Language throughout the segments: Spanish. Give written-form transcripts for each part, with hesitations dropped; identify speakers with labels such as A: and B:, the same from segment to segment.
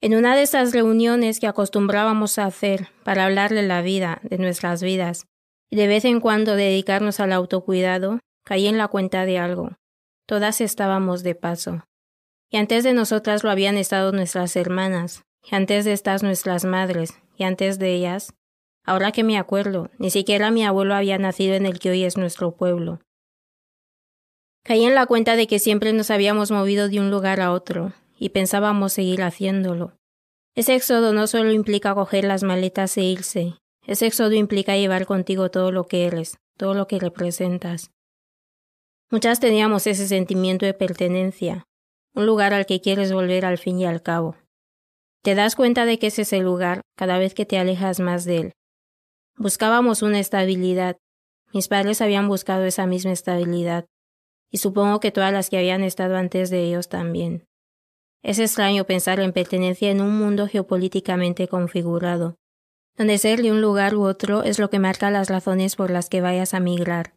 A: En una de esas reuniones que acostumbrábamos a hacer para hablar de la vida, de nuestras vidas, y de vez en cuando dedicarnos al autocuidado, caí en la cuenta de algo. Todas estábamos de paso. Y antes de nosotras lo habían estado nuestras hermanas, y antes de estas nuestras madres, y antes de ellas, ahora que me acuerdo, ni siquiera mi abuelo había nacido en el que hoy es nuestro pueblo. Caí en la cuenta de que siempre nos habíamos movido de un lugar a otro, y pensábamos seguir haciéndolo. Ese éxodo no solo implica coger las maletas e irse, ese éxodo implica llevar contigo todo lo que eres, todo lo que representas. Muchas teníamos ese sentimiento de pertenencia, un lugar al que quieres volver al fin y al cabo. Te das cuenta de que es ese lugar cada vez que te alejas más de él. Buscábamos una estabilidad. Mis padres habían buscado esa misma estabilidad, y supongo que todas las que habían estado antes de ellos también. Es extraño pensar en pertenencia en un mundo geopolíticamente configurado, donde ser de un lugar u otro es lo que marca las razones por las que vayas a migrar.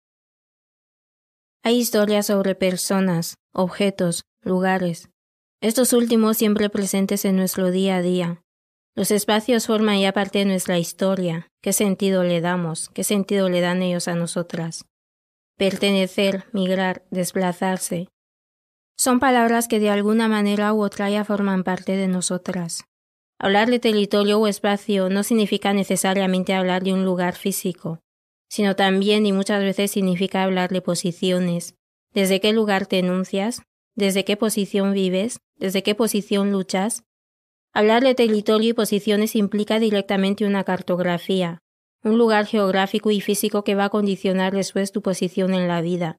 A: Hay historias sobre personas, objetos, lugares. Estos últimos siempre presentes en nuestro día a día. Los espacios forman ya parte de nuestra historia. ¿Qué sentido le damos? ¿Qué sentido le dan ellos a nosotras? Pertenecer, migrar, desplazarse. Son palabras que de alguna manera u otra ya forman parte de nosotras. Hablar de territorio o espacio no significa necesariamente hablar de un lugar físico, sino también y muchas veces significa hablar de posiciones. ¿Desde qué lugar te enuncias? ¿Desde qué posición vives? ¿Desde qué posición luchas? Hablar de territorio y posiciones implica directamente una cartografía, un lugar geográfico y físico que va a condicionar después tu posición en la vida.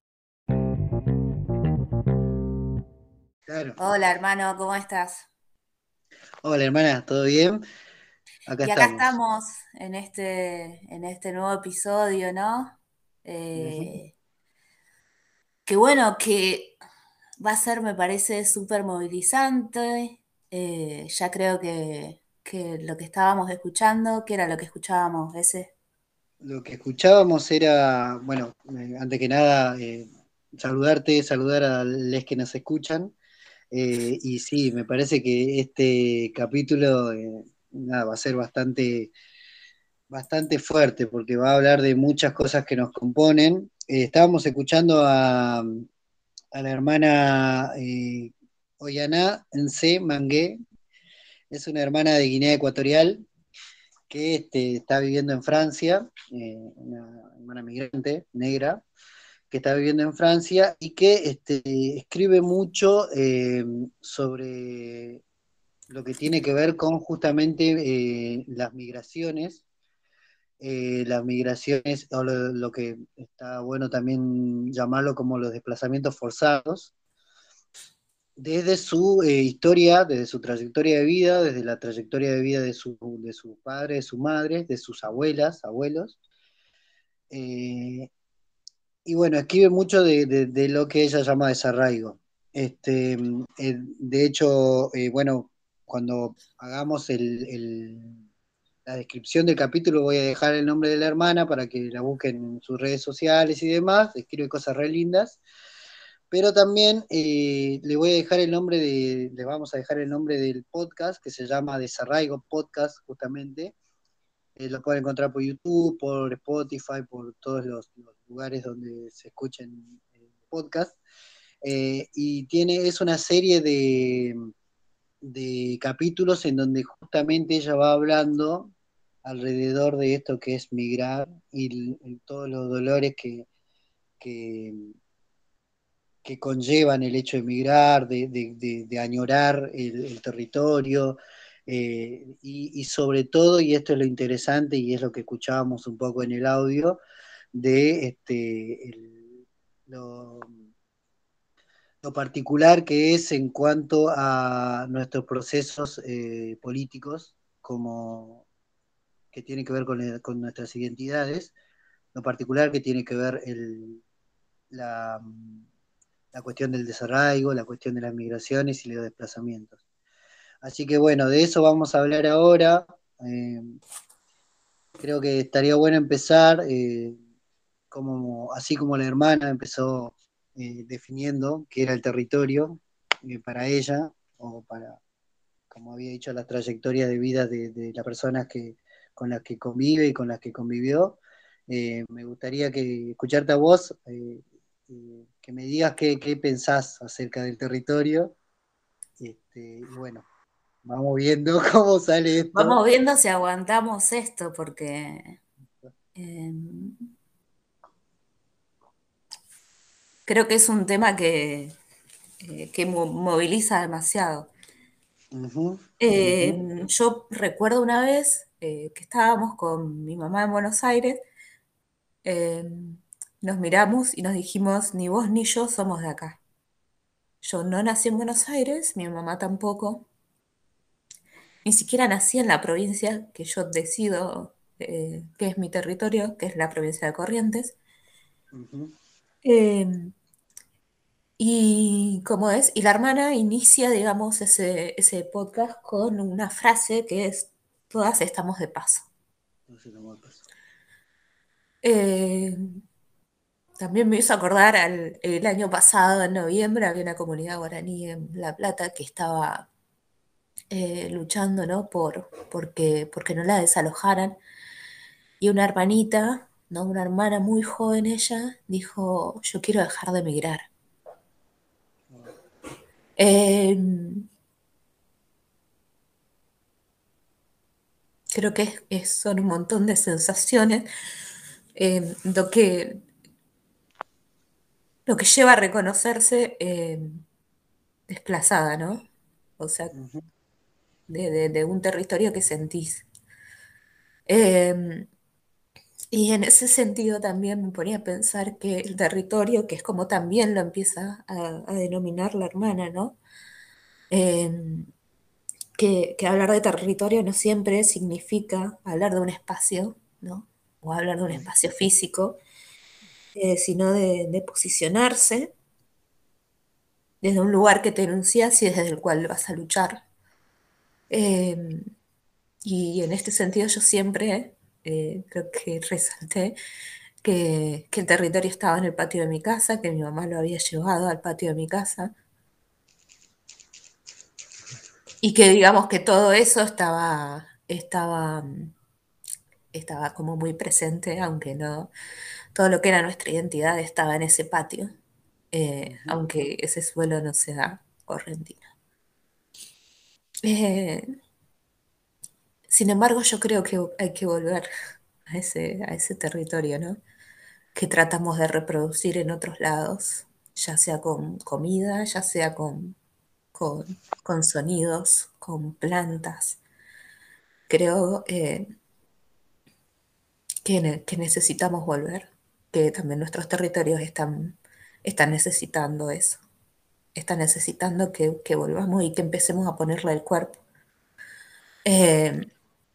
B: Claro.
C: Hola hermano, ¿cómo estás?
B: Hola hermana, ¿todo bien? Acá
C: Y acá
B: estamos.
C: estamos en este nuevo episodio, ¿no?
B: Ujú.
C: Eh, que bueno, que va a ser, me parece, súper movilizante. Ya creo que lo que estábamos escuchando, que era lo que escuchábamos ese.
B: Lo que escuchábamos era, bueno, antes que nada, saludarte, saludar a los que nos escuchan. Y sí, me parece que este capítulo nada, va a ser bastante fuerte porque va a hablar de muchas cosas que nos componen. Estábamos escuchando a la hermana Oyaná Nse Mangué, es una hermana de Guinea Ecuatorial que está viviendo en Francia, una hermana migrante negra, que está viviendo en Francia y que escribe mucho sobre lo que tiene que ver con justamente las migraciones, o lo que está bueno también llamarlo como los desplazamientos forzados, desde su historia, desde su trayectoria de vida, desde la trayectoria de vida de su padre, de su madre, de sus abuelas, abuelos. eh, y bueno, escribe mucho de lo que ella llama desarraigo. De hecho, bueno, cuando hagamos la descripción del capítulo voy a dejar el nombre de la hermana para que la busquen en sus redes sociales y demás, escribe cosas re lindas. Pero también le vamos a dejar el nombre del podcast que se llama Desarraigo Podcast, justamente. Lo pueden encontrar por YouTube, por Spotify, por todos los lugares donde se escuchen podcasts. Es una serie de capítulos en donde justamente ella va hablando alrededor de esto que es migrar y todos los dolores que, que conllevan el hecho de migrar, de añorar el territorio, y sobre todo, y esto es lo interesante y es lo que escuchábamos un poco en el audio, de lo, lo particular que es en cuanto a nuestros procesos políticos, como que tiene que ver con nuestras identidades, lo particular que tiene que ver la, la cuestión del desarraigo, la cuestión de las migraciones y los desplazamientos. Así que bueno, de eso vamos a hablar ahora. Eh, Creo que estaría bueno empezar, así como la hermana empezó definiendo qué era el territorio para ella, o como había dicho, la trayectoria de vida de las personas con las que convive y con las que convivió. Me gustaría escucharte a vos, que me digas qué pensás acerca del territorio. Y bueno, vamos viendo cómo sale esto.
C: Vamos viendo si aguantamos esto, porque eh, creo que es un tema que moviliza demasiado.
B: Ujú, ujú,
C: Yo recuerdo una vez que estábamos con mi mamá en Buenos Aires, eh, nos miramos y nos dijimos, ni vos ni yo somos de acá. Yo no nací en Buenos Aires, mi mamá tampoco, ni siquiera nací en la provincia que yo decido que es mi territorio, que es la provincia de Corrientes.
B: ujú.
C: Eh, y como es, y la hermana inicia, digamos, ese podcast con una frase que es, todas estamos de paso.
B: No sé cómo pasó.
C: Eh, También me hizo acordar el año pasado, en noviembre, había una comunidad guaraní en La Plata que estaba luchando, ¿no? Porque no la desalojaran. Y una hermanita, ¿no? Una hermana muy joven ella, dijo, yo quiero dejar de emigrar. Eh, Creo que son un montón de sensaciones, lo que lleva a reconocerse desplazada, ¿no? O sea,
B: Ujú,
C: de un territorio que sentís. Eh, y en ese sentido también me ponía a pensar que el territorio, que es como también lo empieza a denominar la hermana, ¿no? Eh, que hablar de territorio no siempre significa hablar de un espacio, ¿no? O hablar de un
B: ujú,
C: espacio físico, sino de posicionarse desde un lugar que te enuncias y desde el cual vas a luchar. Eh, y en este sentido yo siempre creo que resalté que el territorio estaba en el patio de mi casa, que mi mamá lo había llevado al patio de mi casa y que digamos que todo eso estaba como muy presente, aunque no, todo lo que era nuestra identidad estaba en ese patio,
B: ujú.
C: aunque ese suelo no sea correntino. Eh, Sin embargo, yo creo que hay que volver a ese territorio, ¿no? Que tratamos de reproducir en otros lados, ya sea con comida, ya sea con sonidos, con plantas. Creo que necesitamos volver, que también nuestros territorios están necesitando eso, están necesitando que volvamos y que empecemos a ponerle el cuerpo. Eh,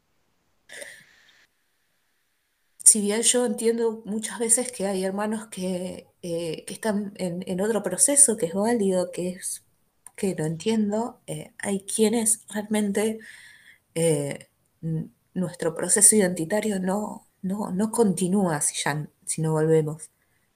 C: Si bien yo entiendo muchas veces que hay hermanos que están en otro proceso, que es válido, que lo entiendo, hay quienes realmente eh, nuestro proceso identitario no continúa si no volvemos.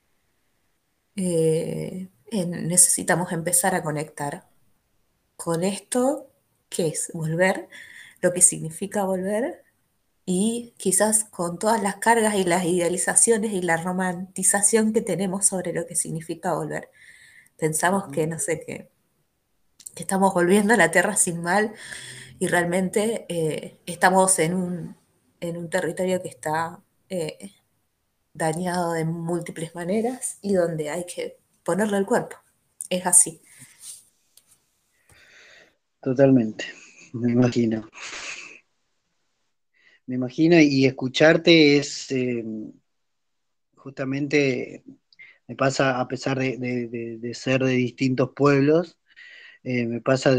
C: Necesitamos empezar a conectar con esto, que es volver, lo que significa volver y quizás con todas las cargas y las idealizaciones y la romantización que tenemos sobre lo que significa volver. Pensamos
B: Ujú.
C: que, no sé, que estamos volviendo a la tierra sin mal y realmente estamos en un territorio que está dañado de múltiples maneras y donde hay que ponerle el cuerpo. Es así.
B: Totalmente, me imagino. Me imagino y escucharte es justamente, me pasa a pesar de ser de distintos pueblos, me pasa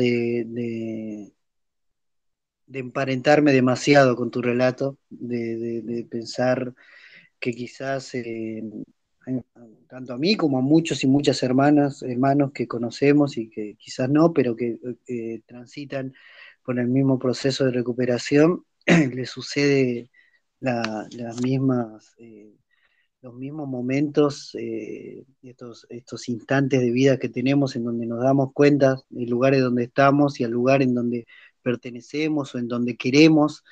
B: de emparentarme demasiado con tu relato, de pensar que quizás tanto a mí como a muchos y muchas hermanas, hermanos que conocemos y que quizás no, pero que transitan por el mismo proceso de recuperación, les sucede las mismas, los mismos momentos, estos instantes de vida que tenemos en donde nos damos cuenta del lugar en donde estamos y al lugar en donde pertenecemos o en donde queremos,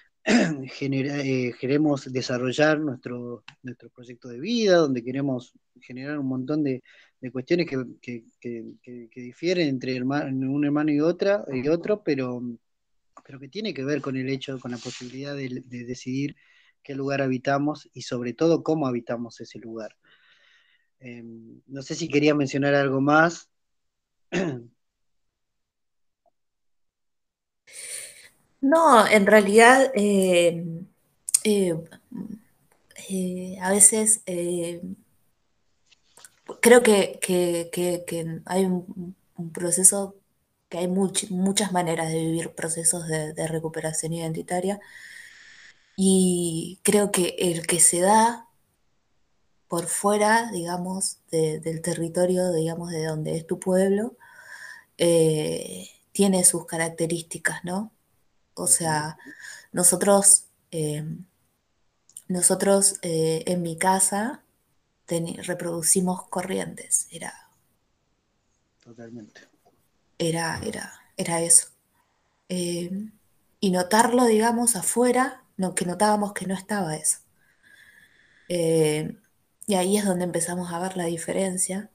B: queremos desarrollar nuestro proyecto de vida, donde queremos generar un montón de cuestiones que difieren entre un hermano y otro, pero que tiene que ver con el hecho, con la posibilidad de decidir qué lugar habitamos y sobre todo cómo habitamos ese lugar. No sé si quería mencionar algo más.
C: No, en realidad eh, a veces creo que hay un proceso, que hay muchas maneras de vivir procesos de recuperación identitaria, y creo que el que se da por fuera, digamos, del territorio, digamos, de donde es tu pueblo, tiene sus características, ¿no? O sea, nosotros, en mi casa reproducimos corrientes,
B: Totalmente.
C: era eso. Eh, y notarlo, digamos, afuera, que notábamos que no estaba eso. Eh, y ahí es donde empezamos a ver la diferencia.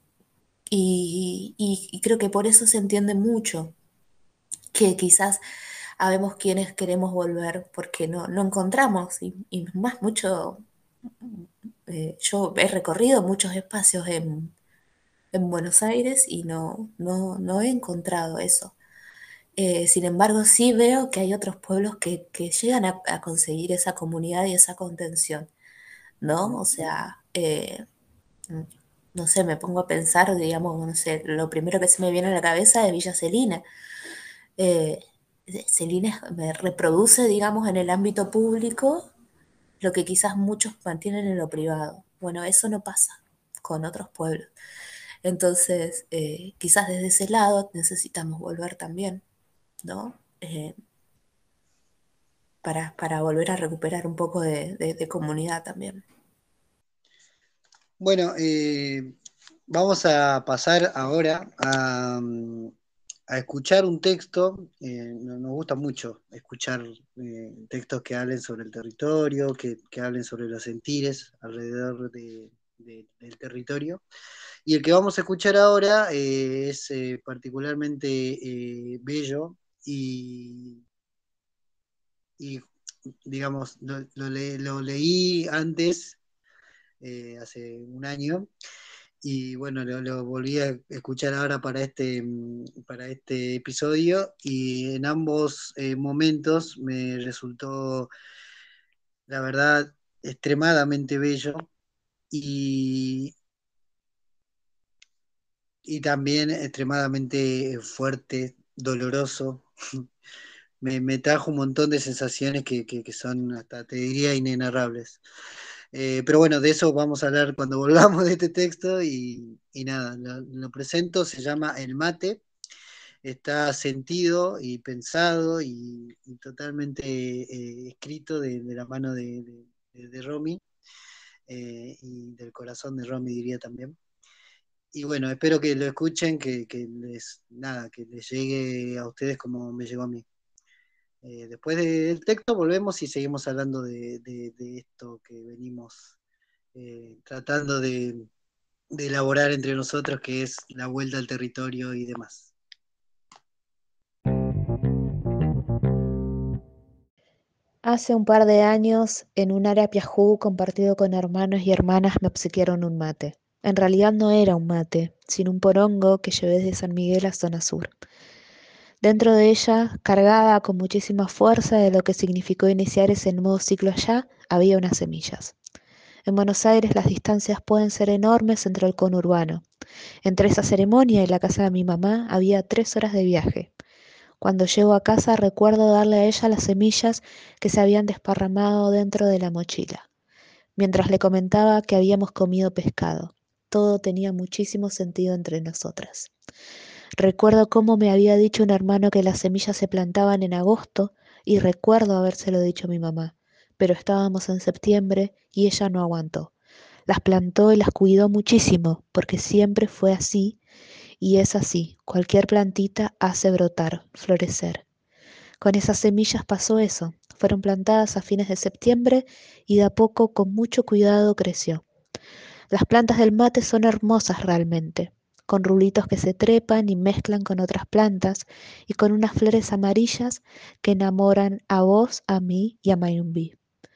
C: Y creo que por eso se entiende mucho que quizás habemos quienes queremos volver porque no encontramos, y más mucho, yo he recorrido muchos espacios en Buenos Aires y no he encontrado eso. Sin embargo, sí veo que hay otros pueblos que llegan a conseguir esa comunidad y esa contención, ¿no? O sea, mm, no sé, me pongo a pensar, digamos, no sé, lo primero que se me viene a la cabeza es Villa Celina. Eh, Celina me reproduce, digamos, en el ámbito público lo que quizás muchos mantienen en lo privado. Bueno, eso no pasa con otros pueblos. Entonces, quizás desde ese lado necesitamos volver también, ¿no? Para volver a recuperar un poco de comunidad también.
B: Bueno, vamos a pasar ahora a escuchar un texto. Nos gusta mucho escuchar textos que hablen sobre el territorio, que hablen sobre los sentires alrededor del territorio. Y el que vamos a escuchar ahora es particularmente bello y, digamos, lo leí antes, hace un año, y bueno, lo volví a escuchar ahora para este episodio, y en ambos momentos me resultó, la verdad, extremadamente bello y, y también extremadamente fuerte, doloroso. Me trajo un montón de sensaciones que son, hasta te diría, inenarrables. Pero bueno, de eso vamos a hablar cuando volvamos de este texto y nada, lo presento, se llama El mate, está sentido y pensado y totalmente escrito de la mano de Romy, y del corazón de Romy, diría también. Y bueno, espero que lo escuchen, nada, que les llegue a ustedes como me llegó a mí. Después del texto volvemos y seguimos hablando de esto que venimos tratando de elaborar entre nosotros, que es la vuelta al territorio y demás.
D: Hace un par de años, en un área Piajú compartido con hermanos y hermanas, me obsequiaron un mate. En realidad no era un mate, sino un porongo que llevé desde San Miguel a zona sur. Dentro de ella, cargada con muchísima fuerza de lo que significó iniciar ese nuevo ciclo allá, había unas semillas. En Buenos Aires las distancias pueden ser enormes entre el conurbano. Entre esa ceremonia y la casa de mi mamá había 3 horas de viaje. Cuando llego a casa recuerdo darle a ella las semillas que se habían desparramado dentro de la mochila, mientras le comentaba que habíamos comido pescado. Todo tenía muchísimo sentido entre nosotras. Recuerdo cómo me había dicho un hermano que las semillas se plantaban en agosto y recuerdo habérselo dicho a mi mamá, pero estábamos en septiembre y ella no aguantó. Las plantó y las cuidó muchísimo, porque siempre fue así y es así. Cualquier plantita hace brotar, florecer. Con esas semillas pasó eso. Fueron plantadas a fines de septiembre y de a poco, con mucho cuidado, creció. Las plantas del mate son hermosas realmente, con rulitos que se trepan y mezclan con otras plantas y con unas flores amarillas que enamoran a vos, a mí y a Mayumbi.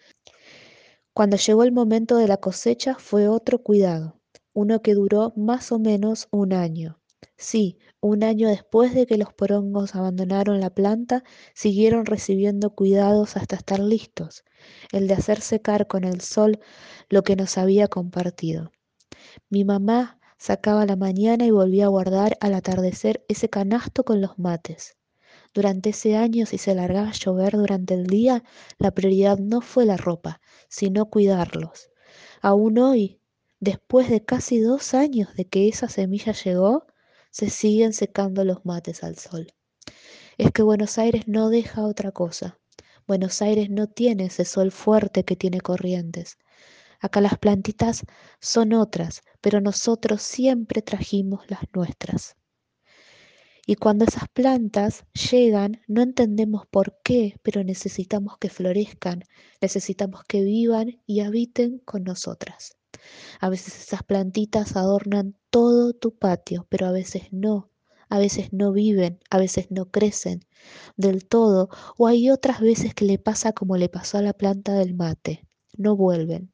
D: Cuando llegó el momento de la cosecha fue otro cuidado, uno que duró más o menos un año. Sí, un año después de que los porongos abandonaron la planta, siguieron recibiendo cuidados hasta estar listos, el de hacer secar con el sol lo que nos había compartido. Mi mamá sacaba a la mañana y volvía a guardar al atardecer ese canasto con los mates. Durante ese año, si se largaba a llover durante el día, la prioridad no fue la ropa, sino cuidarlos. Aún hoy, después de casi 2 años de que esa semilla llegó, se siguen secando los mates al sol. Es que Buenos Aires no deja otra cosa. Buenos Aires no tiene ese sol fuerte que tiene Corrientes. Acá las plantitas son otras, pero nosotros siempre trajimos las nuestras. Y cuando esas plantas llegan, no entendemos por qué, pero necesitamos que florezcan, necesitamos que vivan y habiten con nosotras. A veces esas plantitas adornan todo tu patio, pero a veces no. A veces no viven, a veces no crecen del todo, o hay otras veces que le pasa como le pasó a la planta del mate, no vuelven.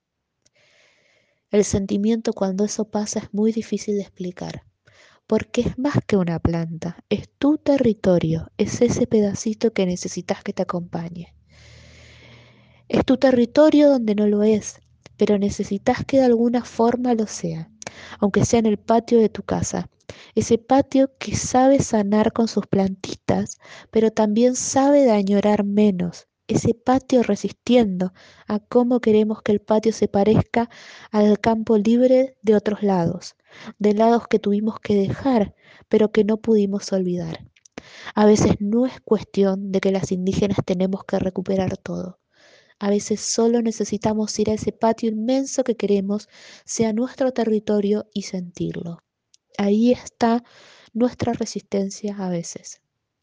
D: El sentimiento cuando eso pasa es muy difícil de explicar, porque es más que una planta, es tu territorio, es ese pedacito que necesitas que te acompañe. Es tu territorio donde no lo es, pero necesitas que de alguna forma lo sea, aunque sea en el patio de tu casa. Ese patio que sabe sanar con sus plantitas, pero también sabe de añorar menos. Ese patio resistiendo a cómo queremos que el patio se parezca al campo libre de otros lados, de lados que tuvimos que dejar, pero que no pudimos olvidar. A veces no es cuestión de que las indígenas tenemos que recuperar todo. A veces solo necesitamos ir a ese patio inmenso que queremos sea nuestro territorio y sentirlo. Ahí está nuestra resistencia a veces.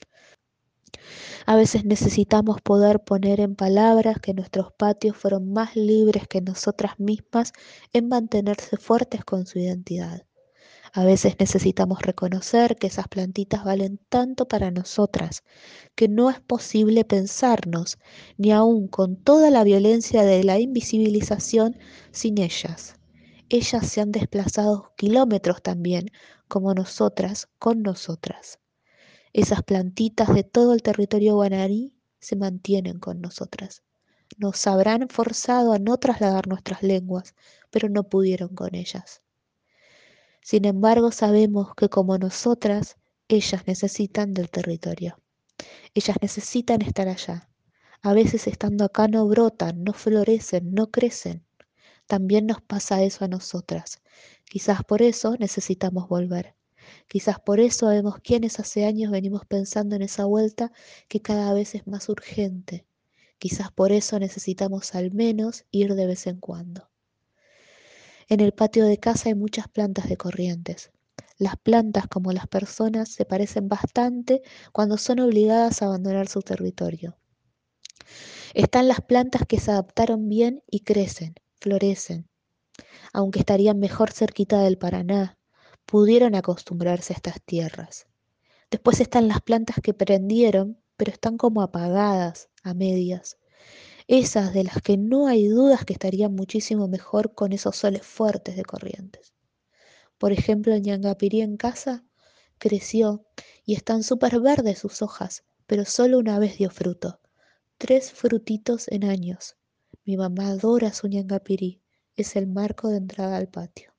D: A veces necesitamos poder poner en palabras que nuestros patios fueron más libres que nosotras mismas en mantenerse fuertes con su identidad. A veces necesitamos reconocer que esas plantitas valen tanto para nosotras, que no es posible pensarnos, ni aun con toda la violencia de la invisibilización, sin ellas. Ellas se han desplazado kilómetros también, como nosotras, con nosotras. Esas plantitas de todo el territorio guaraní se mantienen con nosotras. Nos habrán forzado a no trasladar nuestras lenguas, pero no pudieron con ellas. Sin embargo, sabemos que como nosotras, ellas necesitan del territorio. Ellas necesitan estar allá. A veces estando acá no brotan, no florecen, no crecen. También nos pasa eso a nosotras. Quizás por eso necesitamos volver. Quizás por eso vemos quienes hace años venimos pensando en esa vuelta que cada vez es más urgente. Quizás por eso necesitamos al menos ir de vez en cuando. En el patio de casa hay muchas plantas de Corrientes. Las plantas, como las personas, se parecen bastante cuando son obligadas a abandonar su territorio. Están las plantas que se adaptaron bien y crecen, florecen, aunque estarían mejor cerquita del Paraná, pudieron acostumbrarse a estas tierras. Después están las plantas que prendieron, pero están como apagadas, a medias. Esas de las que no hay dudas que estarían muchísimo mejor con esos soles fuertes de Corrientes. Por ejemplo, el ñangapirí en casa creció y están súper verdes sus hojas, pero solo una vez dio fruto. 3 frutitos en años. Mi mamá adora su ñangapirí. Es el marco de entrada al patio.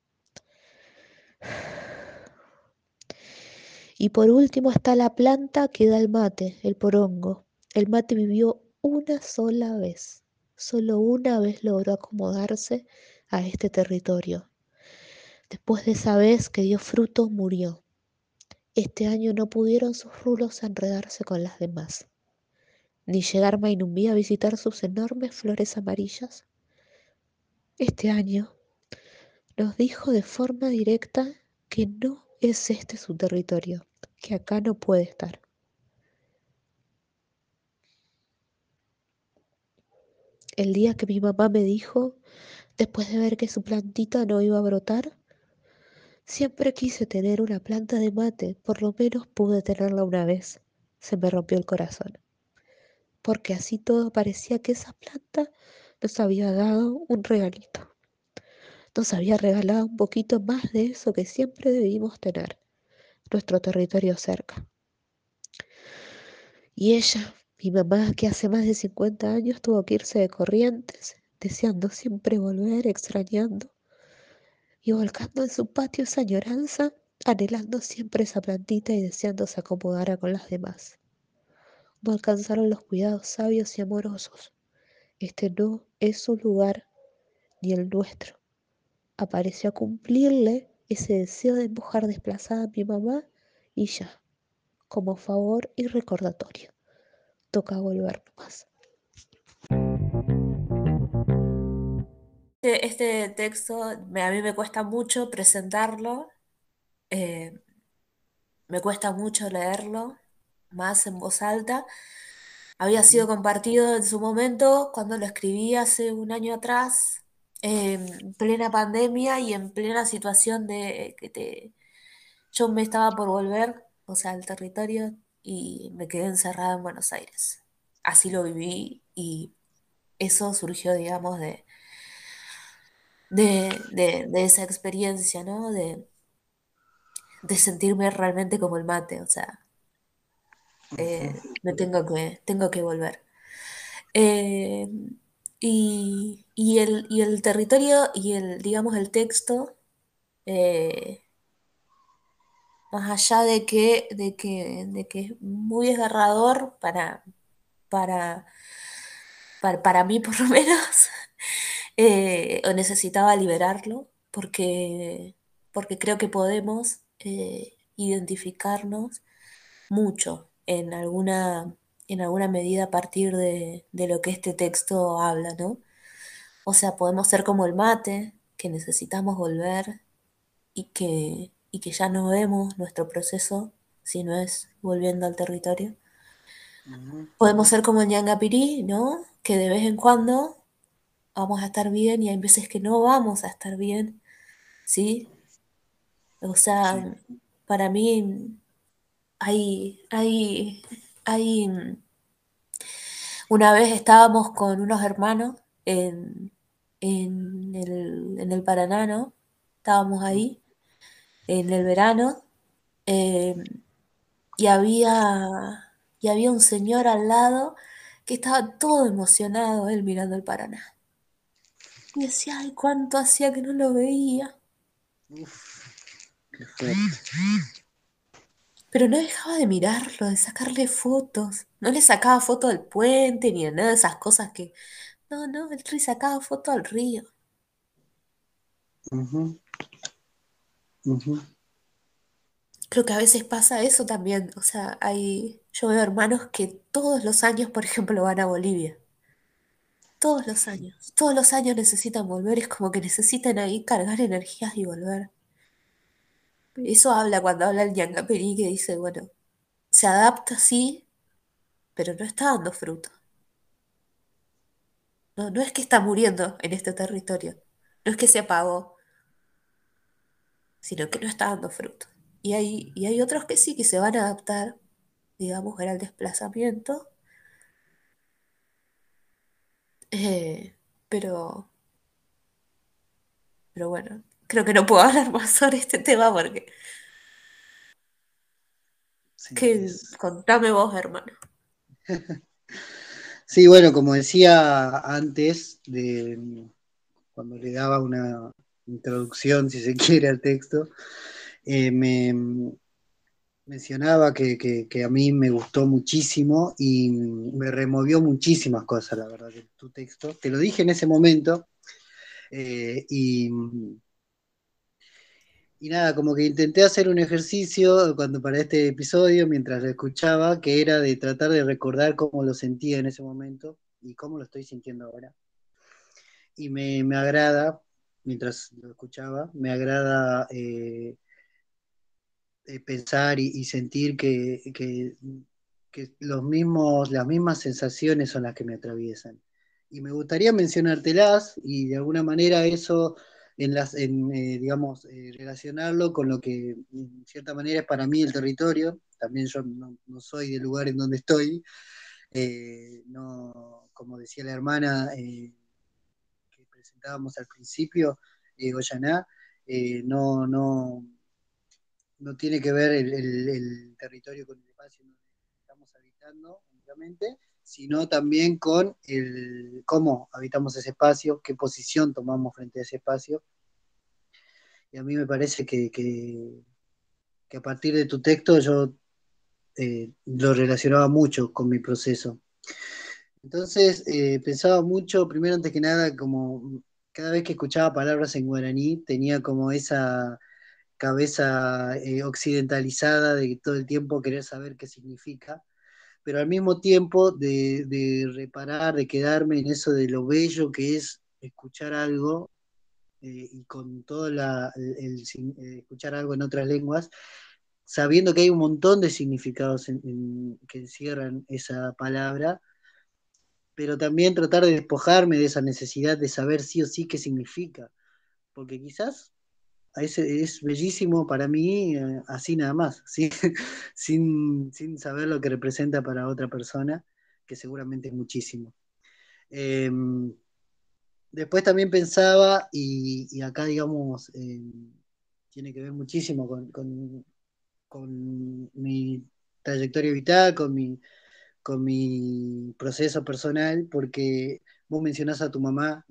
D: Y por último está la planta que da el mate, el porongo. El mate vivió una sola vez. Solo una vez logró acomodarse a este territorio. Después de esa vez que dio fruto, murió. Este año no pudieron sus rulos enredarse con las demás, ni llegar Mainumbí a visitar sus enormes flores amarillas. Este año nos dijo de forma directa que no es este su territorio, que acá no puede estar. El día que mi mamá me dijo, después de ver que su plantita no iba a brotar, siempre quise tener una planta de mate, por lo menos pude tenerla una vez. Se me rompió el corazón, porque así todo parecía que esa planta nos había dado un regalito. Nos había regalado un poquito más de eso que siempre debimos tener, nuestro territorio cerca. Y ella, mi mamá, que hace más de 50 años tuvo que irse de Corrientes, deseando siempre volver, extrañando y volcando en su patio esa añoranza, anhelando siempre esa plantita y deseando se acomodara con las demás. No alcanzaron los cuidados sabios y amorosos. Este no es su lugar ni el nuestro. Apareció a cumplirle ese deseo de mojar desplazada a mi mamá y ya, como favor y recordatorio. Toca volver nomás.
C: Este texto a mí me cuesta mucho presentarlo, eh, me cuesta mucho leerlo, más en voz alta. Había sido compartido en su momento cuando lo escribí hace un año atrás, en plena pandemia y en plena situación de yo me estaba por volver, o sea, al territorio, y me quedé encerrada en Buenos Aires. Así lo viví y eso surgió, digamos, de esa experiencia, ¿no? De sentirme realmente como el mate, o sea, me tengo que volver. Eh, y el territorio y digamos, el texto, eh, más allá de que es muy desgarrador para, para mí por lo menos, o necesitaba liberarlo porque creo que podemos identificarnos mucho en alguna medida a partir de lo que este texto habla, ¿no? O sea, podemos ser como el mate, que necesitamos volver y que ya no vemos nuestro proceso si no es volviendo al territorio.
B: Ujú.
C: Podemos ser como el Ñangapirí, ¿no? Que de vez en cuando vamos a estar bien y hay veces que no vamos a estar bien, ¿sí? O
B: Sí.
C: sea, para mí hay, hay, hay, una vez estábamos con unos hermanos en el Paraná, ¿no? Estábamos ahí en el verano, eh, y y había un señor al lado que estaba todo emocionado, él mirando el Paraná. Y decía, ay, cuánto hacía que no lo veía.
B: Qué fuerte.
C: Pero no dejaba de mirarlo, de sacarle fotos. No le sacaba foto al puente ni a nada de esas cosas que... No, no, él le sacaba foto al río.
B: Ujú, ujú.
C: Creo que a veces pasa eso también. O sea, yo veo hermanos que todos los años, por ejemplo, van a Bolivia. Todos los años necesitan volver, es como que necesitan ahí cargar energías y volver. Eso habla cuando habla el Ñangaperí que dice, bueno, se adapta sí, pero no está dando fruto. No, no es que está muriendo en este territorio, no es que se apagó, sino que no está dando fruto. Y hay otros que sí, que se van a adaptar, digamos, al desplazamiento, eh, pero, pero bueno, creo que no puedo hablar más sobre este tema porque
B: Sí,
C: que contame vos, hermano.
B: sí, bueno, como decía antes, cuando le daba una introducción, si se quiere, al texto, me mencionaba que a mí me gustó muchísimo y me removió muchísimas cosas, la verdad, de tu texto. Te lo dije en ese momento, eh, y, y nada, como que intenté hacer un ejercicio cuando para este episodio, mientras lo escuchaba, que era de tratar de recordar cómo lo sentía en ese momento y cómo lo estoy sintiendo ahora. Y me agrada, mientras lo escuchaba, me agrada pensar y sentir que las mismas sensaciones son las que me atraviesan. y me gustaría mencionártelas y de alguna manera eso digamos, relacionarlo con lo que en cierta manera es para mí el territorio. También yo no soy del lugar en donde estoy, no, como decía la hermana que presentábamos al principio, Goyaná, no tiene que ver el territorio con el espacio en donde estamos habitando únicamente, sino también con cómo habitamos ese espacio, qué posición tomamos frente a ese espacio. Y a mí me parece que a partir de tu texto yo lo relacionaba mucho con mi proceso. Entonces pensaba mucho, primero antes que nada, como cada vez que escuchaba palabras en guaraní, tenía como esa cabeza occidentalizada de todo el tiempo querer saber qué significa, pero al mismo tiempo de reparar, de quedarme en eso de lo bello que es escuchar algo y con todo escuchar algo en otras lenguas, sabiendo que hay un montón de significados que encierran esa palabra, pero también tratar de despojarme de esa necesidad de saber sí o sí qué significa, porque quizás es bellísimo para mí así nada más, ¿sí? sin saber lo que representa para otra persona, que seguramente es muchísimo. Eh, Después también pensaba, y acá digamos, tiene que ver muchísimo con mi trayectoria vital, con mi proceso personal, porque vos mencionás a tu mamá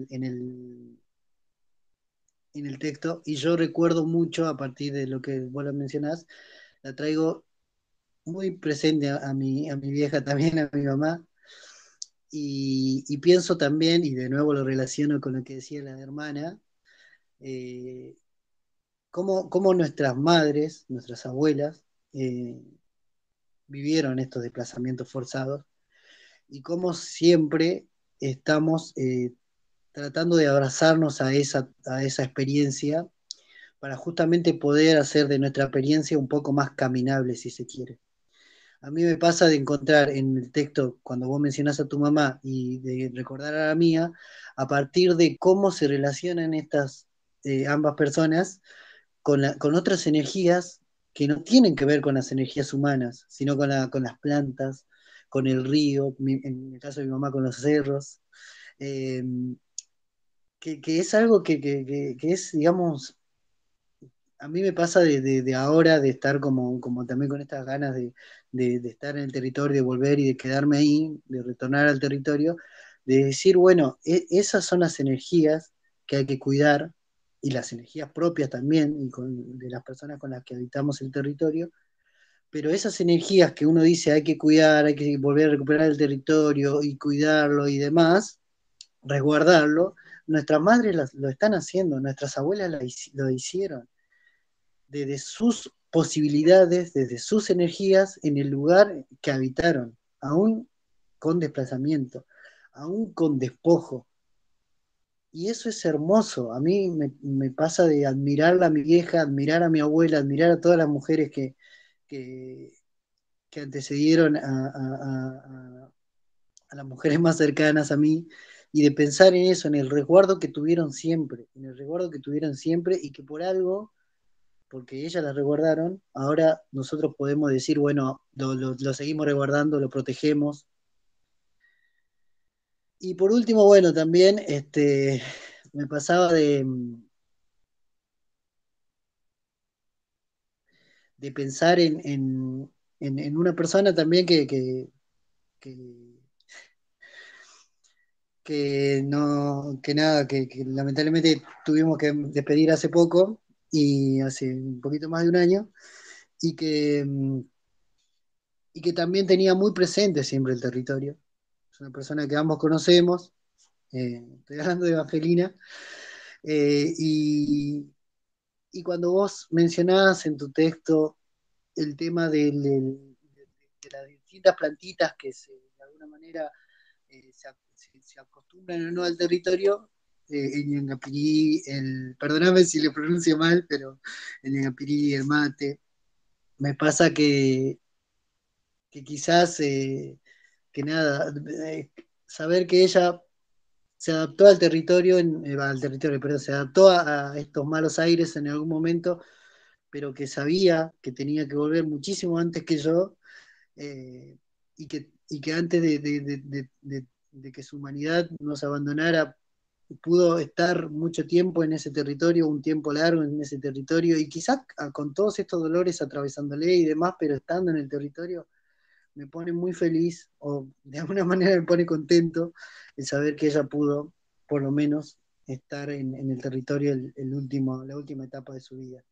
B: en el texto, y yo recuerdo mucho, a partir de lo que vos la mencionás, la traigo muy presente a mi vieja también, a mi mamá, y pienso también, y de nuevo lo relaciono con lo que decía la hermana, eh, cómo nuestras madres, nuestras abuelas, eh, vivieron estos desplazamientos forzados, y cómo siempre estamos tratando de abrazarnos a esa experiencia para justamente poder hacer de nuestra experiencia un poco más caminable, si se quiere. A mí me pasa de encontrar en el texto, cuando vos mencionás a tu mamá y de recordar a la mía, a partir de cómo se relacionan estas ambas personas con otras energías que no tienen que ver con las energías humanas, sino con las plantas, con el río, en el caso de mi mamá con los cerros, eh, que es algo que es, digamos, a mí me pasa de ahora, de estar como también con estas ganas de estar en el territorio, de volver y de quedarme ahí, de retornar al territorio, de decir, bueno, esas son las energías que hay que cuidar y las energías propias también y de las personas con las que habitamos el territorio, pero esas energías que uno dice hay que cuidar, hay que volver a recuperar el territorio y cuidarlo y demás, resguardarlo, nuestras madres lo están haciendo, nuestras abuelas lo hicieron desde sus posibilidades, desde sus energías en el lugar que habitaron, aún con desplazamiento, aún con despojo. Y eso es hermoso. A mí me pasa de admirarla a mi vieja, admirar a mi abuela, admirar a todas las mujeres que, que antecedieron a las mujeres más cercanas a mí, y de pensar en eso, en el resguardo que tuvieron siempre, en el resguardo que tuvieron siempre y que por algo porque ellas la resguardaron, ahora nosotros podemos decir, bueno, lo seguimos resguardando, lo protegemos. Y por último, bueno, también me pasaba de pensar en una persona también que, no, que nada, que lamentablemente tuvimos que despedir hace poco, y hace un poquito más de un año, y que también tenía muy presente siempre el territorio. Es una persona que ambos conocemos, estoy hablando de Evangelina, y cuando vos mencionás en tu texto el tema de las distintas plantitas que de alguna manera se acostumbran o no al territorio, el ñangapirí, perdóname si le pronuncio mal, pero el ñangapirí, el mate, me pasa que quizás, que nada, saber que ella se adaptó al territorio, perdón, se adaptó a estos malos aires en algún momento, pero que sabía que tenía que volver muchísimo antes que yo, y que antes de que su humanidad nos abandonara, pudo estar mucho tiempo en ese territorio, un tiempo largo en ese territorio, y quizás con todos estos dolores atravesándole y demás, pero estando en el territorio, me pone muy feliz, o de alguna manera me pone contento el saber que ella pudo, por lo menos, estar en el territorio la última etapa de su vida.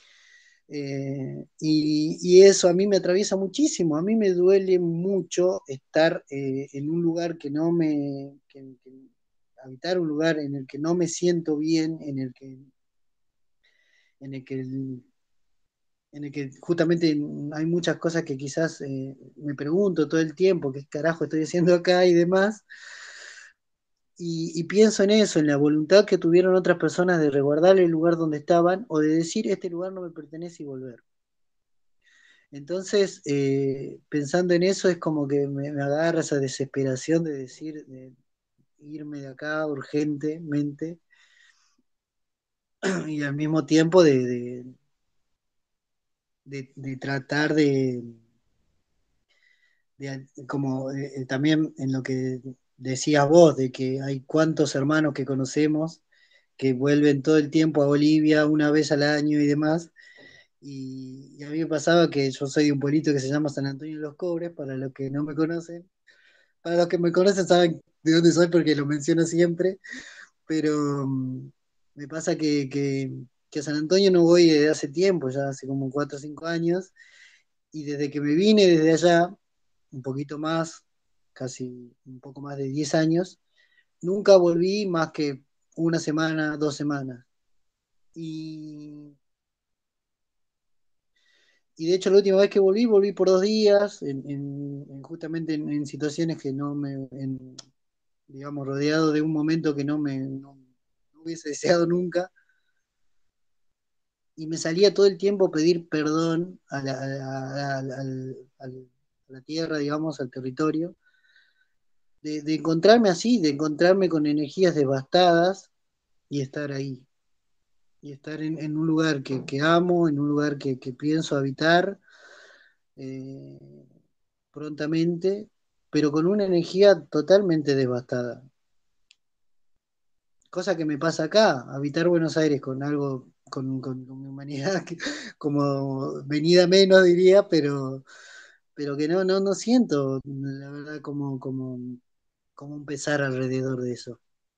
B: Y eso a mí me atraviesa muchísimo, a mí me duele mucho estar en un lugar que no me, habitar un lugar en el que no me siento bien, en el que, en el que justamente hay muchas cosas que quizás me pregunto todo el tiempo, qué carajo estoy haciendo acá y demás, y pienso en eso, en la voluntad que tuvieron otras personas de resguardar el lugar donde estaban o de decir, este lugar no me pertenece y volver. Entonces, pensando en eso, es como que me agarra esa desesperación de decir, de irme de acá urgentemente, y al mismo tiempo de tratar como también en lo que decías vos, de que hay cuantos hermanos que conocemos que vuelven todo el tiempo a Bolivia una vez al año y demás. Y a mí me pasaba que yo soy de un pueblito que se llama San Antonio de los Cobres, para los que no me conocen. Para los que me conocen saben de dónde soy porque lo menciono siempre, pero me pasa que a San Antonio no voy desde hace tiempo, ya hace como 4 o 5 años, y desde que me vine desde allá, un poquito más, casi un poco más de 10 años, nunca volví más que una semana, 2 semanas. Y, y de hecho la última vez que volví por 2 días, justamente en situaciones que no me, digamos, rodeado de un momento que no hubiese deseado nunca, y me salía todo el tiempo a pedir perdón a la tierra, digamos, al territorio, de encontrarme así, de encontrarme con energías devastadas y estar ahí, y estar en un lugar que amo, en un lugar que pienso habitar eh, prontamente, pero con una energía totalmente devastada. Cosa que me pasa acá, habitar Buenos Aires con algo, con mi humanidad, como venida menos diría, pero que no siento, la verdad, como un pesar alrededor de eso.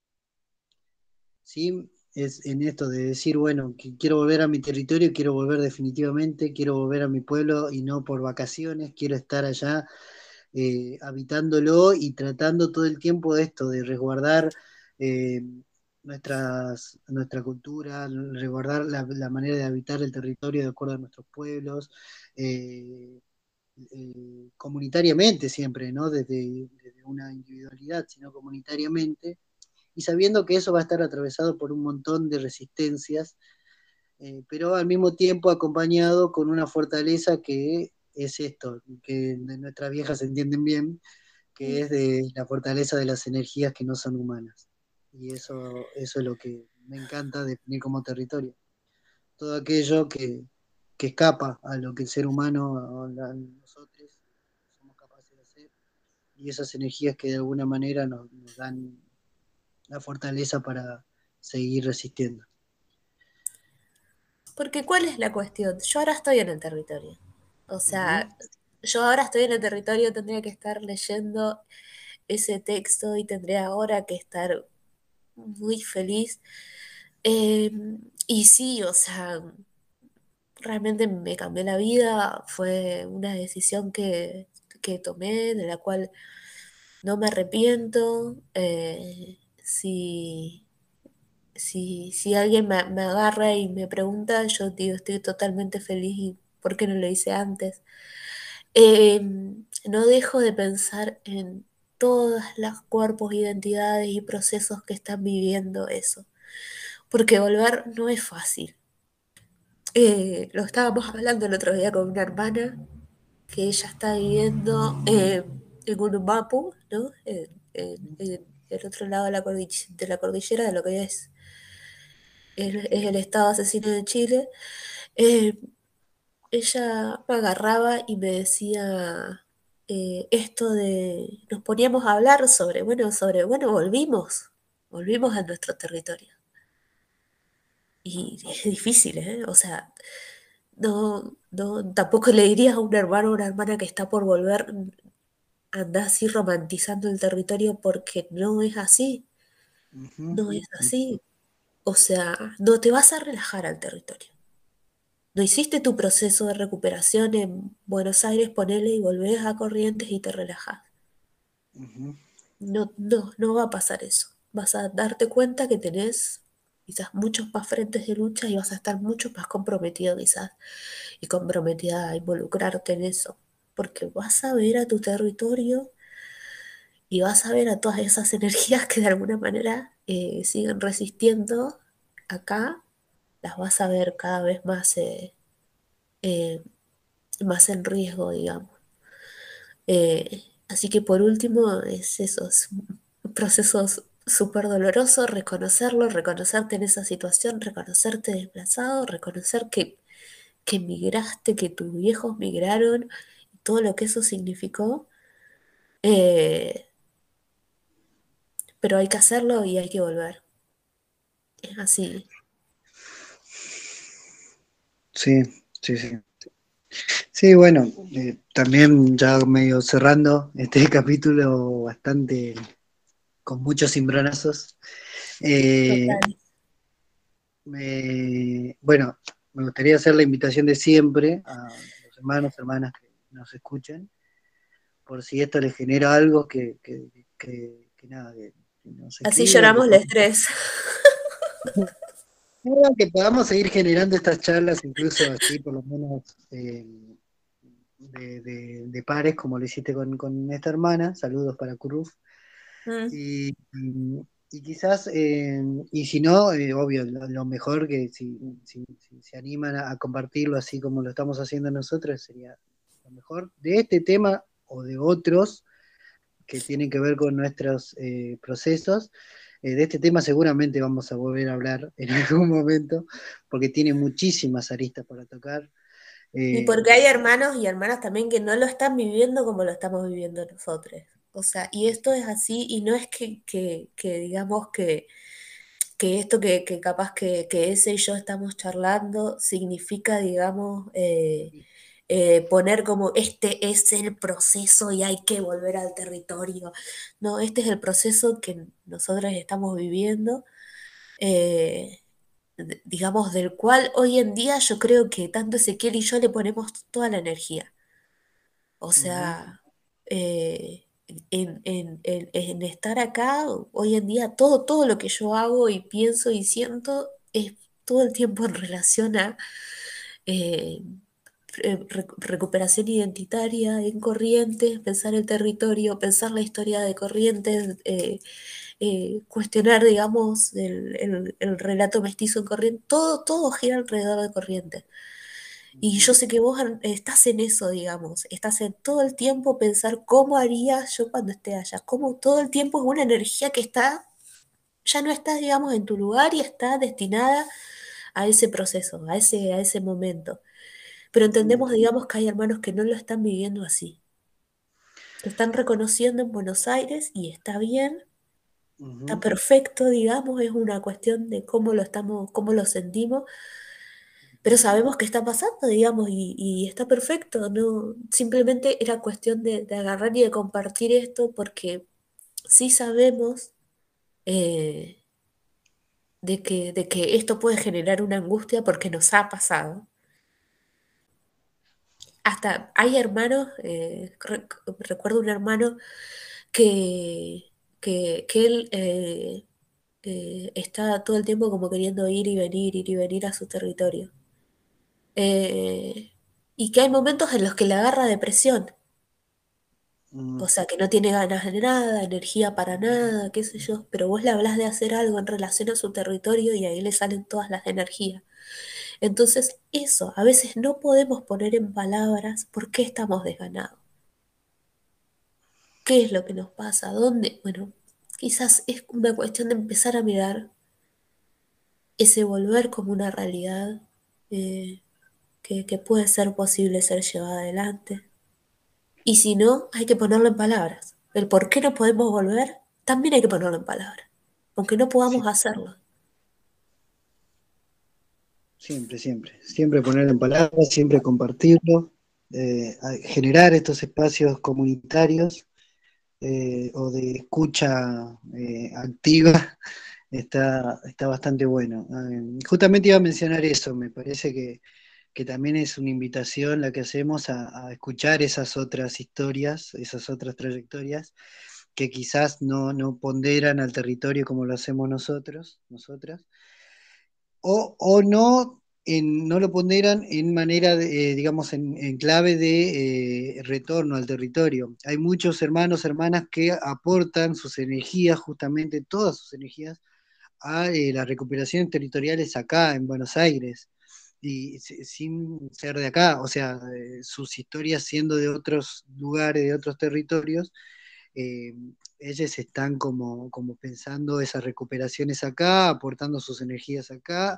B: ¿Sí? Es en esto de decir, bueno, que quiero volver a mi territorio, quiero volver definitivamente, quiero volver a mi pueblo y no por vacaciones, quiero estar allá habitándolo y tratando todo el tiempo de esto, de resguardar eh, nuestra cultura, resguardar la manera de habitar el territorio de acuerdo a nuestros pueblos, eh, comunitariamente siempre, no desde una individualidad, sino comunitariamente, y sabiendo que eso va a estar atravesado por un montón de resistencias, pero al mismo tiempo acompañado con una fortaleza que es esto, que de nuestras viejas se entienden bien, que es de la fortaleza de las energías que no son humanas. Y eso es lo que me encanta definir como territorio. Todo aquello que escapa a lo que el ser humano, nosotros, somos capaces de hacer, y esas energías que de alguna manera nos dan la fortaleza para seguir resistiendo.
C: Porque ¿cuál es la cuestión? Yo ahora estoy en el territorio. O sea,
B: Ujú.
C: yo ahora estoy en el territorio, tendría que estar leyendo ese texto y tendría ahora que estar muy feliz. Eh, y sí, o sea, realmente me cambió la vida. Fue una decisión que tomé, de la cual no me arrepiento. Si alguien me agarra y me pregunta, yo digo, estoy totalmente feliz y ¿por qué no lo hice antes? Eh, no dejo de pensar en todos los cuerpos, identidades y procesos que están viviendo eso, porque volver no es fácil. Lo estábamos hablando el otro día con una hermana que ella está viviendo en Unumapu, ¿no? el otro lado de la cordillera de lo que es el estado asesino de Chile, eh, ella me agarraba y me decía esto de, nos poníamos a hablar bueno, volvimos a nuestro territorio. Y es difícil, ¿eh? O sea, no, tampoco le dirías a un hermano o una hermana que está por volver, anda así romantizando el territorio porque no es así,
B: Ujú,
C: no es así. O sea, no te vas a relajar al territorio. No hiciste tu proceso de recuperación en Buenos Aires, ponele y volvés a Corrientes y te relajás.
B: ujú,
C: No va a pasar eso. Vas a darte cuenta que tenés quizás muchos más frentes de lucha y vas a estar mucho más comprometido quizás y comprometida a involucrarte en eso. Porque vas a ver a tu territorio y vas a ver a todas esas energías que de alguna manera siguen resistiendo acá, las vas a ver cada vez eh, más en riesgo, digamos. Así que por último es eso, es un proceso súper doloroso, reconocerlo, reconocerte en esa situación, reconocerte desplazado, reconocer que migraste, que tus viejos migraron, todo lo que eso significó, eh, pero hay que hacerlo y hay que volver. Es así.
B: sí, sí, sí. Sí, bueno, también ya medio cerrando este capítulo bastante con muchos cimbronazos. Eh,
C: Total.
B: bueno, me gustaría hacer la invitación de siempre a los hermanos, hermanas que nos escuchen, por si esto les genera algo que nada, que nos
C: Así
B: escriban,
C: lloramos el estrés.
B: que podamos seguir generando estas charlas, incluso así, por lo menos de pares, como lo hiciste con esta hermana. Saludos para Curruf.
C: Mm.
B: Y quizás, y si no, obvio, lo mejor que si se animan a compartirlo así como lo estamos haciendo nosotros, sería lo mejor de este tema o de otros que tienen que ver con nuestros procesos. De este tema seguramente vamos a volver a hablar en algún momento, porque tiene muchísimas aristas para tocar.
C: Y
B: Eh,
C: porque hay hermanos y hermanas también que no lo están viviendo como lo estamos viviendo nosotros. O sea, y esto es así, y no es que digamos que esto que capaz que ese y yo estamos charlando significa, digamos, poner como este es el proceso y hay que volver al territorio. No, este es el proceso que nosotros estamos viviendo. eh, digamos, del cual hoy en día yo creo que tanto Ezequiel y yo le ponemos toda la energía. O
B: Ujú,
C: sea, en estar acá, hoy en día, todo lo que yo hago y pienso y siento es todo el tiempo en relación a eh, recuperación identitaria en Corrientes, pensar el territorio, pensar la historia de Corrientes, cuestionar, digamos, el relato mestizo en Corrientes, todo gira alrededor de Corrientes. Y yo
B: ujú,
C: sé que vos estás en eso, digamos, estás en todo el tiempo pensar cómo haría yo cuando esté allá, cómo todo el tiempo es una energía que está, ya no está, digamos, en tu lugar y está destinada a ese proceso, a ese momento. Pero
B: ujú,
C: entendemos, digamos, que hay hermanos que no lo están viviendo así. Lo están reconociendo en Buenos Aires y está bien, está
B: ujú.
C: perfecto, digamos, es una cuestión de cómo lo estamos, cómo lo sentimos, pero sabemos que está pasando, digamos, y está perfecto, no, simplemente era cuestión de agarrar y de compartir esto porque sí sabemos eh, de que esto puede generar una angustia porque nos ha pasado. Hasta hay hermanos, recuerdo un hermano que, que él está todo el tiempo como queriendo ir y venir a su territorio. Eh, y que hay momentos en los que le agarra depresión,
B: Mm,
C: o sea, que no tiene ganas de nada, energía para nada, qué sé yo, pero vos le hablas de hacer algo en relación a su territorio y ahí le salen todas las energías. Entonces, eso, a veces no podemos poner en palabras por qué estamos desganados, qué es lo que nos pasa, dónde, bueno. quizás es una cuestión de empezar a mirar ese volver como una realidad eh, que puede ser posible ser llevada adelante. Y si no, hay que ponerlo en palabras. El por qué no podemos volver, también hay que ponerlo en palabras, aunque no podamos
B: Sí,
C: hacerlo.
B: siempre, siempre. Siempre ponerlo en palabras, siempre compartirlo, generar estos espacios comunitarios o de escucha activa. Está bastante bueno. Justamente iba a mencionar eso, me parece que también es una invitación la que hacemos a escuchar esas otras historias, esas otras trayectorias, que quizás no ponderan al territorio como lo hacemos nosotros, nosotras, o no, no lo ponderan en manera, digamos, en clave de retorno al territorio. Hay muchos hermanos, hermanas que aportan sus energías, justamente todas sus energías, a las recuperaciones territoriales acá en Buenos Aires, y sin ser de acá, o sea, sus historias siendo de otros lugares, de otros territorios, eh, ellos están como pensando esas recuperaciones acá, aportando sus energías acá,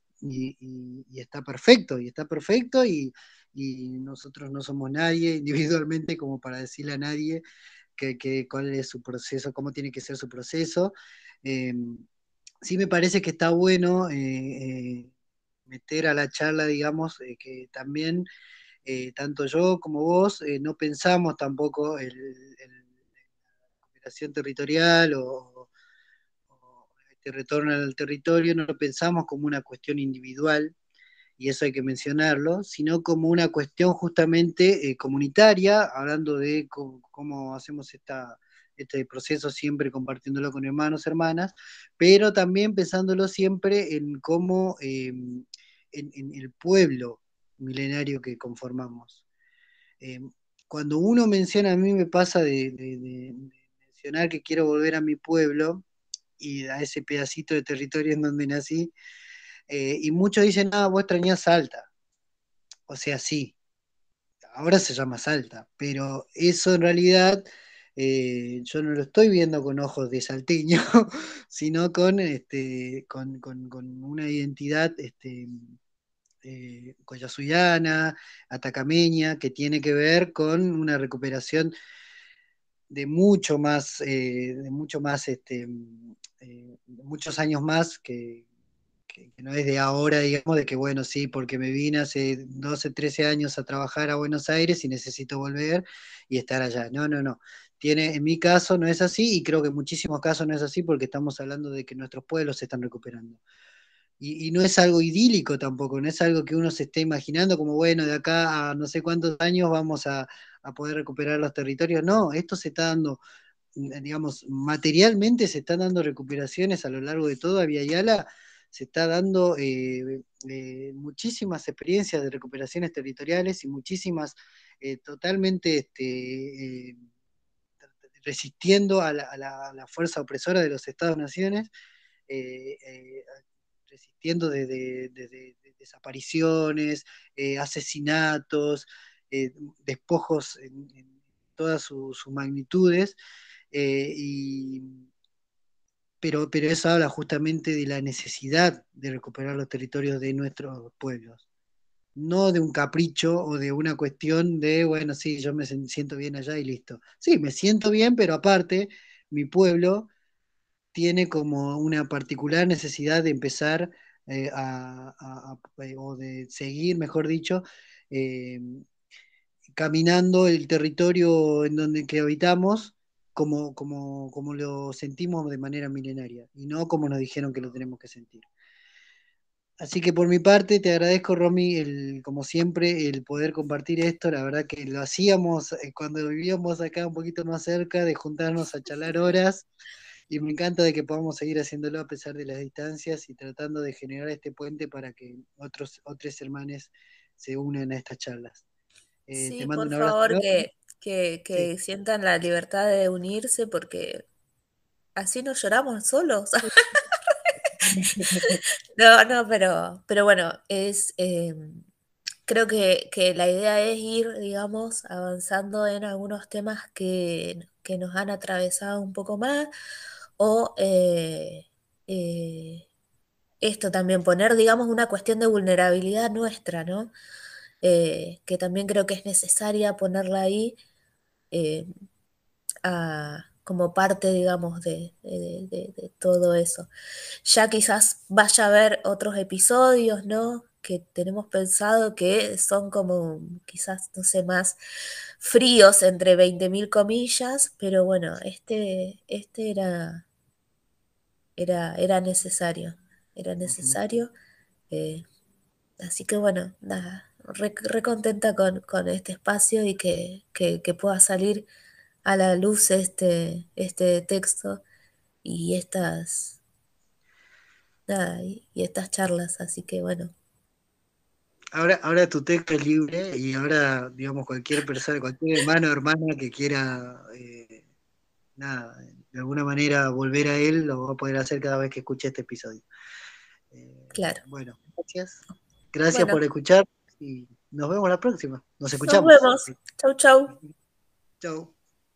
B: y está perfecto, y nosotros no somos nadie individualmente como para decirle a nadie cuál es su proceso, cómo tiene que ser su proceso. Eh, sí me parece que está bueno meter a la charla, digamos, que también tanto yo como vos no pensamos tampoco la cooperación territorial o este retorno al territorio, no lo pensamos como una cuestión individual, y eso hay que mencionarlo, sino como una cuestión justamente comunitaria, hablando de cómo hacemos este proceso siempre compartiéndolo con hermanos, hermanas, pero también pensándolo siempre en cómo, en el pueblo milenario que conformamos. Eh, Cuando uno menciona, a mí me pasa de mencionar que quiero volver a mi pueblo y a ese pedacito de territorio en donde nací, y muchos dicen, ah, vos extrañás Salta. O sea, sí, ahora se llama Salta, pero eso en realidad yo no lo estoy viendo con ojos de salteño, sino con una identidad collasullana, atacameña, que tiene que ver con una recuperación de mucho más, muchos años más que no es de ahora, digamos, de que bueno, sí, porque me vine hace 12 13 años a trabajar a Buenos Aires y necesito volver y estar allá. No, no, no. En mi caso no es así, y creo que en muchísimos casos no es así, porque estamos hablando de que nuestros pueblos se están recuperando. Y no es algo idílico tampoco, no es algo que uno se esté imaginando como, bueno, de acá a no sé cuántos años vamos a poder recuperar los territorios. No, esto se está dando, digamos, materialmente se están dando recuperaciones a lo largo de toda Via Yala, se está dando muchísimas experiencias de recuperaciones territoriales y muchísimas totalmente resistiendo a la fuerza opresora de los Estados-naciones, eh, eh, resistiendo de desapariciones, asesinatos, despojos en todas sus magnitudes, y, pero eso habla justamente de la necesidad de recuperar los territorios de nuestros pueblos, no de un capricho o de una cuestión de, bueno, sí, yo me siento bien allá y listo. Sí, me siento bien, pero aparte, mi pueblo tiene como una particular necesidad de empezar o de seguir, mejor dicho, eh, caminando el territorio en donde que habitamos como lo sentimos de manera milenaria y no como nos dijeron que lo tenemos que sentir. Así que por mi parte te agradezco, Romy, como siempre, el poder compartir esto. La verdad que lo hacíamos cuando vivíamos acá un poquito más cerca, de juntarnos a charlar horas, y me encanta de que podamos seguir haciéndolo a pesar de las distancias y tratando de generar este puente para que otros hermanos se unan a estas charlas. Te
C: Sí,
B: mando
C: por
B: un abrazo
C: favor,
B: enorme. Sí.
C: que sientan la libertad de unirse porque así no lloramos solos. No, no, pero bueno, creo que la idea es ir, digamos, avanzando en algunos temas que nos han atravesado un poco más, o esto también, poner, digamos, una cuestión de vulnerabilidad nuestra, ¿no? Que también creo que es necesaria ponerla ahí como parte, digamos, de todo eso. Ya quizás vaya a haber otros episodios, ¿no? Que tenemos pensado que son como quizás, no sé, más fríos entre 20.000 comillas, pero bueno, este era necesario, así que bueno, nada, re contenta con este espacio y que pueda salir a la luz este texto y estas charlas, así que bueno.
B: Ahora tu texto es libre y ahora, digamos, cualquier persona, cualquier hermano o hermana que quiera, nada, de alguna manera volver a él, lo va a poder hacer cada vez que escuche este episodio.
C: Claro.
B: Bueno, gracias por escuchar y nos vemos la próxima. Nos escuchamos.
C: Nos vemos. Chau, chau.
B: Chau.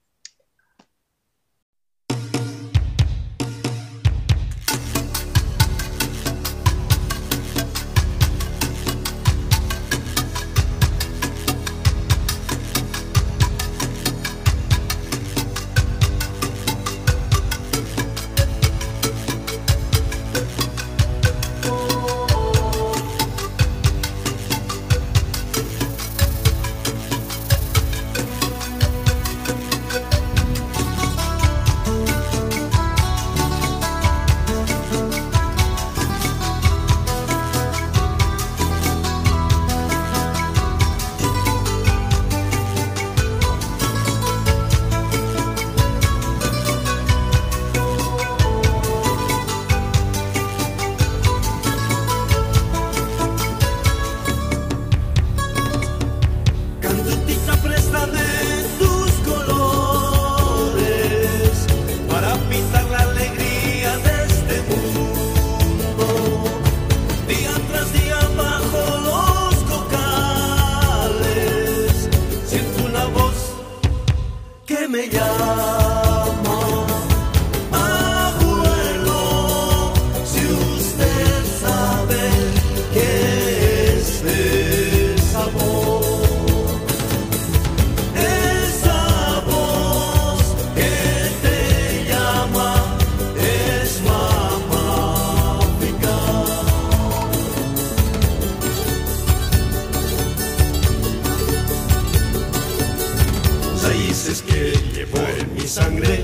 E: Raíces que llevo en mi sangre,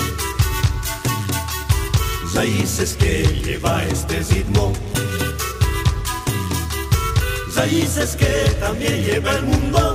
E: raíces que lleva este ritmo, raíces que también lleva el mundo.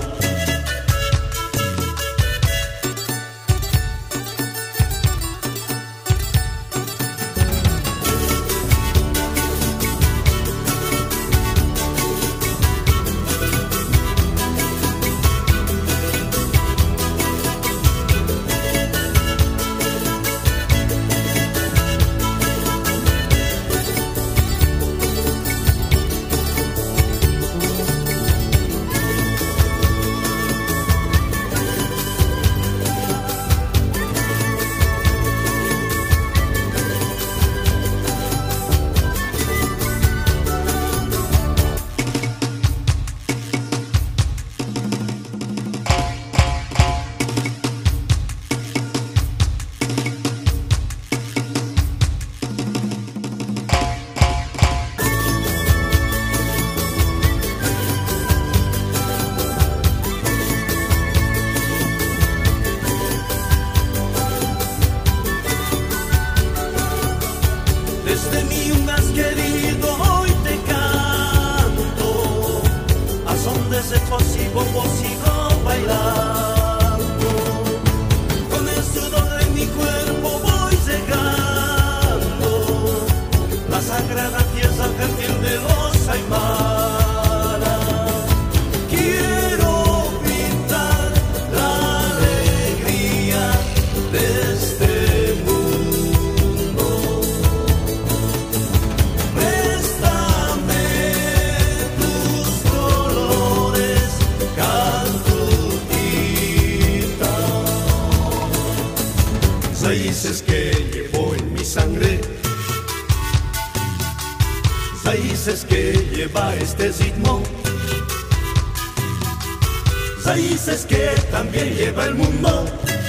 E: Desde mi más querido hoy te canto, a son de ese bombos sigo bailando, con el sudor de mi cuerpo voy regando la sagrada tierra fértil de los Aymara. Quiero pintar la alegría de este color. raíces que llevo en mi sangre, raíces que lleva este ritmo, raíces que también lleva el mundo.